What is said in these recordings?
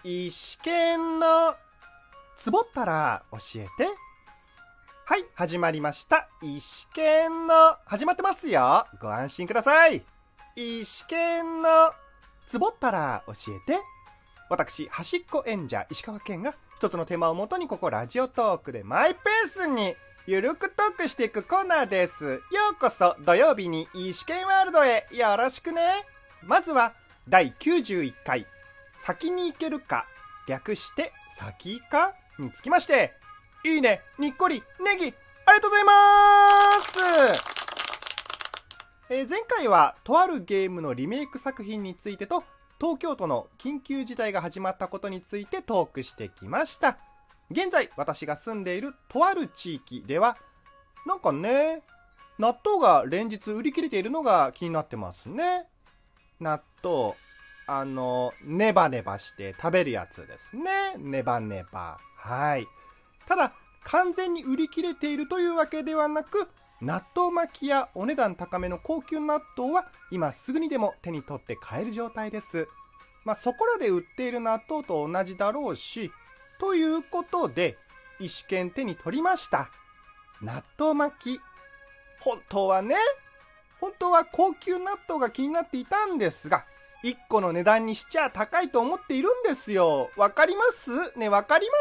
石剣のつぼったら教えて。はい、始まりました。石剣の始まってますよ。ご安心ください。石剣のつぼったら教えて。私、端っこ演者石川県が一つのテーマをもとにここラジオトークでマイペースにゆるくトークしていくコーナーです。ようこそ土曜日に石剣ワールドへよろしくね。まずは第91回先に行けるか略して先かにつきまして、いいね、にっこり、ネギ、ありがとうございます。前回はとあるゲームのリメイク作品についてと東京都の緊急事態が始まったことについてトークしてきました。現在私が住んでいるとある地域ではなんかね、納豆が連日売り切れているのが気になってますね。納豆、ネバネバして食べるやつですね。ネバネバ。はい。ただ完全に売り切れているというわけではなく、納豆巻きやお値段高めの高級納豆は今すぐにでも手に取って買える状態です。そこらで売っている納豆と同じだろうし、ということで石剣手に取りました。納豆巻き。本当は高級納豆が気になっていたんですが、1個の値段にしちゃ高いと思っているんですよ。わかりますね、わかります？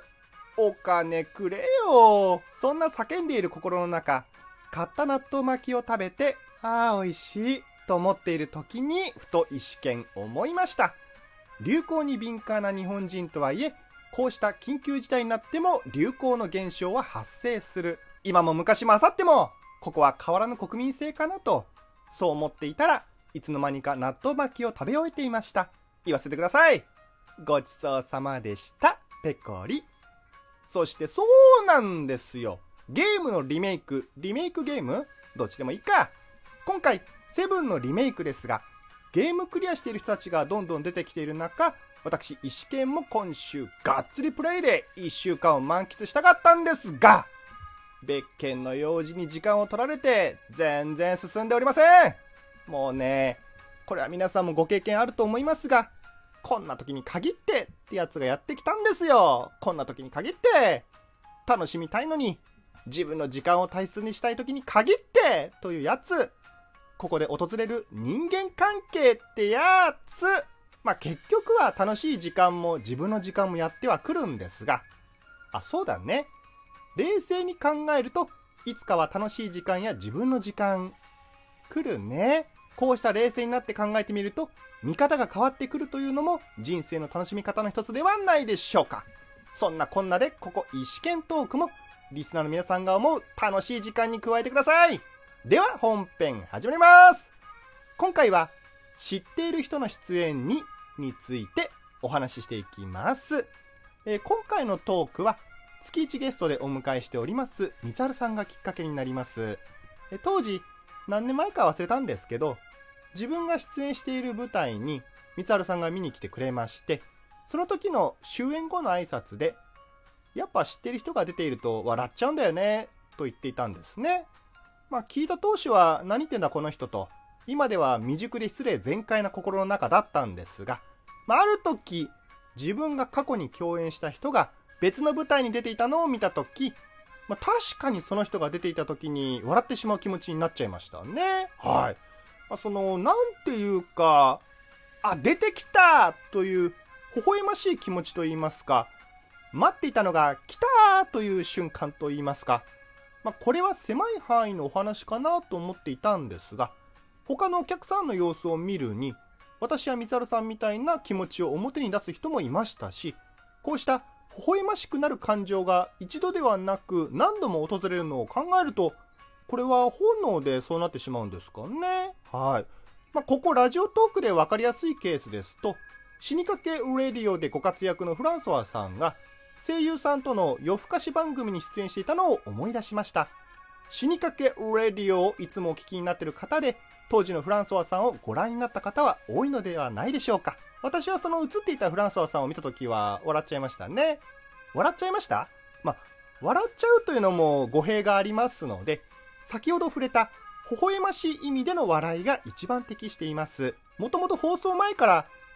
お金くれよ。そんな叫んでいる心の中、買った納豆巻きを食べて、美味しいと思っている時にふと石剣思いました。流行に敏感な日本人とはいえ、こうした緊急事態になっても流行の現象は発生する。今も昔も明後日もここは変わらぬ国民性かなと、そう思っていたらいつの間にか納豆巻きを食べ終えていました。言わせてください。ごちそうさまでした。ペコリ。そしてそうなんですよ。ゲームのリメイクゲームどっちでもいいか。今回セブンのリメイクですが、ゲームクリアしている人たちがどんどん出てきている中、私石剣も今週がっつりプレイで1週間を満喫したかったんですが、別件の用事に時間を取られて全然進んでおりません。もうね、これは皆さんもご経験あると思いますが、こんな時に限ってってやつがやってきたんですよ。こんな時に限って楽しみたいのに、自分の時間を大切にしたい時に限ってというやつ。ここで訪れる人間関係ってやつ。結局は楽しい時間も自分の時間もやってはくるんですが、そうだね。冷静に考えると、いつかは楽しい時間や自分の時間来るね。こうした冷静になって考えてみると、見方が変わってくるというのも人生の楽しみ方の一つではないでしょうか。そんなこんなでここ石剣トークもリスナーの皆さんが思う楽しい時間に加えてください。では本編始まります。今回は知っている人の出演についてお話ししていきます。今回のトークは月1ゲストでお迎えしておりますみつはるさんがきっかけになります。当時何年前か忘れたんですけど、自分が出演している舞台にみつはるさんが見に来てくれまして、その時の終演後の挨拶で、やっぱ知ってる人が出ていると笑っちゃうんだよねと言っていたんですね。聞いた当初は何言ってんだこの人と、今では未熟で失礼全開な心の中だったんですが、ある時自分が過去に共演した人が別の舞台に出ていたのを見た時、確かにその人が出ていた時に笑ってしまう気持ちになっちゃいましたね。はい。なんていうか、出てきたという微笑ましい気持ちといいますか、待っていたのが来たという瞬間といいますか、これは狭い範囲のお話かなと思っていたんですが、他のお客さんの様子を見るに、私やみつはるさんみたいな気持ちを表に出す人もいましたし、こうした微笑ましくなる感情が一度ではなく何度も訪れるのを考えると、これは本能でそうなってしまうんですかね。はい。ここラジオトークで分かりやすいケースですと、死にかけレディオでご活躍のフランソワさんが声優さんとの夜更かし番組に出演していたのを思い出しました。死にかけレディオをいつもお聞きになっている方で、当時のフランソワさんをご覧になった方は多いのではないでしょうか。私はその映っていたフランソワさんを見たときは笑っちゃいましたね。笑っちゃいました？笑っちゃうというのも語弊がありますので、先ほど触れた微笑ましい意味での笑いが一番適しています。もともと放送前から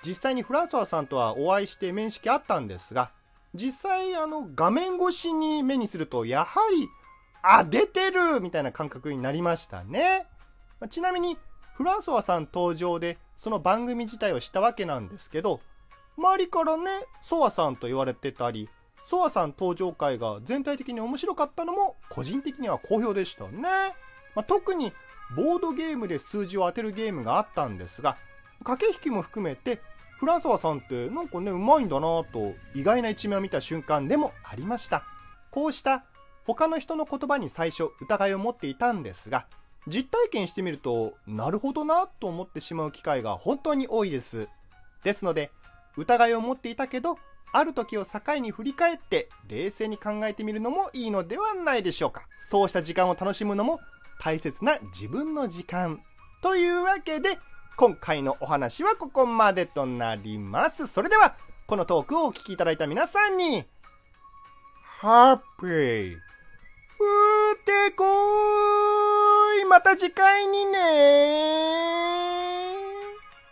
実際にフランソワさんとはお会いして面識あったんですが、実際画面越しに目にするとやはり、出てるみたいな感覚になりましたね。ちなみにフランソワさん登場でその番組自体をしたわけなんですけど、周りからね、ソワさんと言われてたり、ソワさん登場回が全体的に面白かったのも個人的には好評でしたね。特にボードゲームで数字を当てるゲームがあったんですが、駆け引きも含めてフランソワさんってなんかね、うまいんだなぁと意外な一面を見た瞬間でもありました。こうした他の人の言葉に最初疑いを持っていたんですが、実体験してみるとなるほどなと思ってしまう機会が本当に多いです。ですので、疑いを持っていたけど、ある時を境に振り返って冷静に考えてみるのもいいのではないでしょうか。そうした時間を楽しむのも大切な自分の時間。というわけで、今回のお話はここまでとなります。それでは、このトークをお聞きいただいた皆さんに、ハッピー、ふーてこーい、また次回にねー。